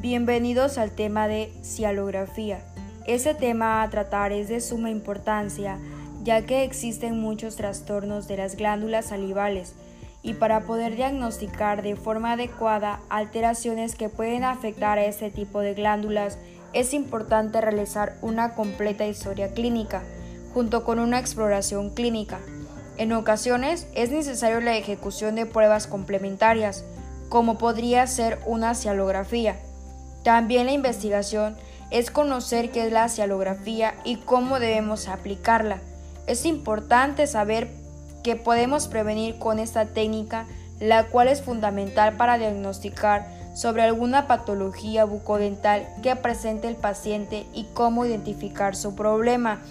Bienvenidos al tema de cialografía. Este tema a tratar es de suma importancia, ya que existen muchos trastornos de las glándulas salivales y para poder diagnosticar de forma adecuada alteraciones que pueden afectar a este tipo de glándulas, es importante realizar una completa historia clínica, junto con una exploración clínica. En ocasiones es necesario la ejecución de pruebas complementarias, como podría ser una cialografía. También la investigación es conocer qué es la cialografía y cómo debemos aplicarla. Es importante saber que podemos prevenir con esta técnica, la cual es fundamental para diagnosticar sobre alguna patología bucodental que presente el paciente y cómo identificar su problema.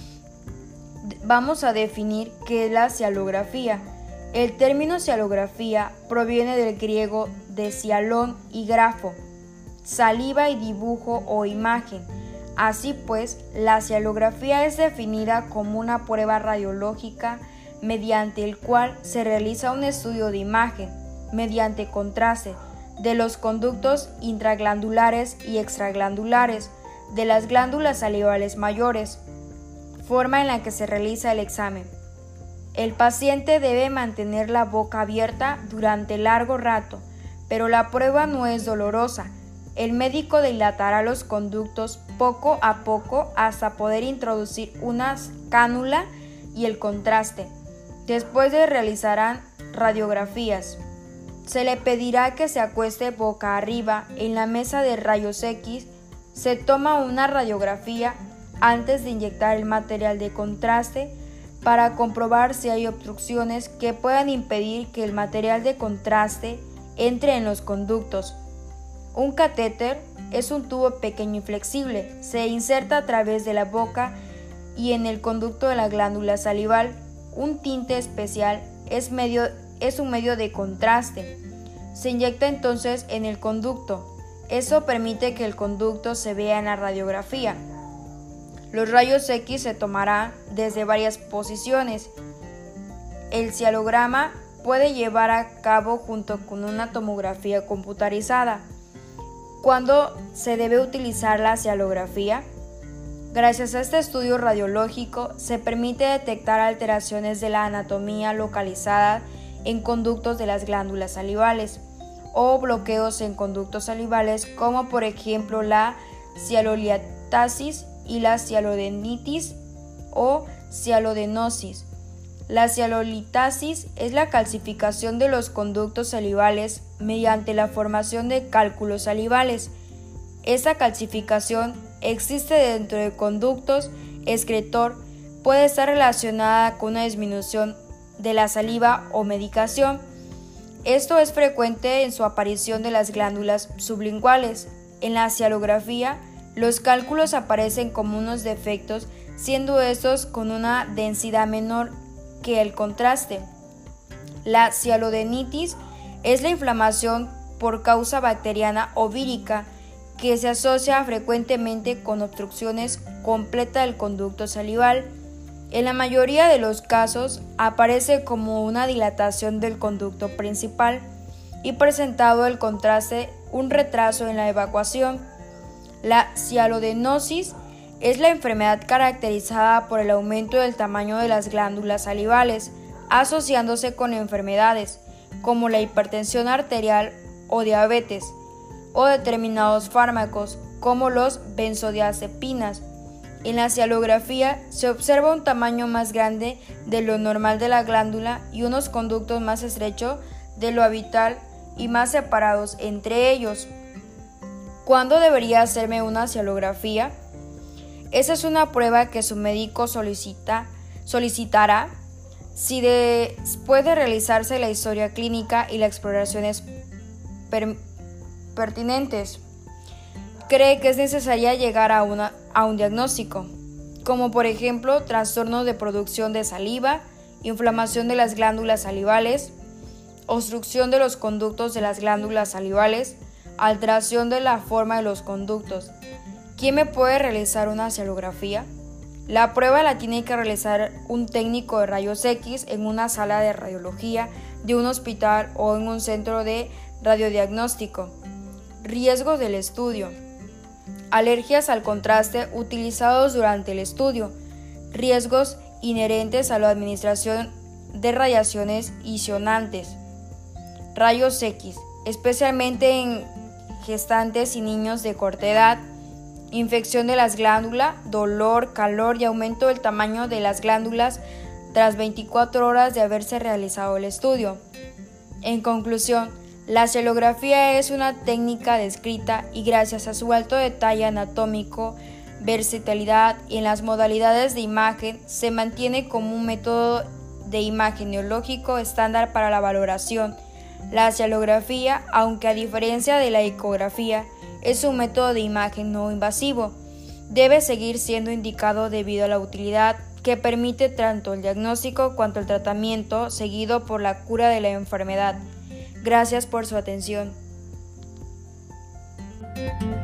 Vamos a definir qué es la cialografía. El término cialografía proviene del griego de cialón y grafo, saliva y dibujo o imagen. Así pues, la cialografía es definida como una prueba radiológica mediante el cual se realiza un estudio de imagen, mediante contraste, de los conductos intraglandulares y extraglandulares de las glándulas salivales mayores, forma en la que se realiza el examen. El paciente debe mantener la boca abierta durante largo rato, pero la prueba no es dolorosa. El médico dilatará los conductos poco a poco hasta poder introducir una cánula y el contraste. Después de realizarán radiografías. Se le pedirá que se acueste boca arriba en la mesa de rayos X. Se toma una radiografía antes de inyectar el material de contraste para comprobar si hay obstrucciones que puedan impedir que el material de contraste entre en los conductos. Un catéter es un tubo pequeño y flexible. Se inserta a través de la boca y en el conducto de la glándula salival. Un tinte especial es un medio de contraste. Se inyecta entonces en el conducto. Eso permite que el conducto se vea en la radiografía. Los rayos X se tomarán desde varias posiciones. El cialograma puede llevar a cabo junto con una tomografía computarizada. ¿Cuándo se debe utilizar la cialografía? Gracias a este estudio radiológico se permite detectar alteraciones de la anatomía localizadas en conductos de las glándulas salivales o bloqueos en conductos salivales, como por ejemplo la cialolitasis y la cialodenitis o cialodenosis. La cialolitasis es la calcificación de los conductos salivales mediante la formación de cálculos salivales. Esta calcificación existe dentro de conductos excretor, puede estar relacionada con una disminución de la saliva o medicación. Esto es frecuente en su aparición de las glándulas sublinguales. En la cialografía, los cálculos aparecen como unos defectos, siendo estos con una densidad menor que el contraste. La cialodenitis es la inflamación por causa bacteriana o vírica que se asocia frecuentemente con obstrucciones completas del conducto salival. En la mayoría de los casos aparece como una dilatación del conducto principal y presentado el contraste un retraso en la evacuación. La cialodenosis es la enfermedad caracterizada por el aumento del tamaño de las glándulas salivales, asociándose con enfermedades como la hipertensión arterial o diabetes, o determinados fármacos como los benzodiazepinas. En la cialografía se observa un tamaño más grande de lo normal de la glándula y unos conductos más estrechos de lo habitual y más separados entre ellos. ¿Cuándo debería hacerme una cialografía? Esa es una prueba que su médico solicitará si después de realizarse la historia clínica y las exploraciones pertinentes cree que es necesaria llegar a un diagnóstico, como por ejemplo trastornos de producción de saliva, inflamación de las glándulas salivales, obstrucción de los conductos de las glándulas salivales, alteración de la forma de los conductos. ¿Quién me puede realizar una cialografía? La prueba la tiene que realizar un técnico de rayos X en una sala de radiología de un hospital o en un centro de radiodiagnóstico. Riesgos del estudio. alergias al contraste utilizados durante el estudio, riesgos inherentes a la administración de radiaciones ionizantes, rayos X, especialmente en gestantes y niños de corta edad, infección de las glándulas, dolor, calor y aumento del tamaño de las glándulas tras 24 horas de haberse realizado el estudio. En conclusión, la estilografía es una técnica descrita y gracias a su alto detalle anatómico, versatilidad y en las modalidades de imagen se mantiene como un método de imagen neurológico estándar para la valoración. La estilografía, aunque a diferencia de la ecografía, es un método de imagen no invasivo, debe seguir siendo indicado debido a la utilidad que permite tanto el diagnóstico cuanto el tratamiento seguido por la cura de la enfermedad. Gracias por su atención.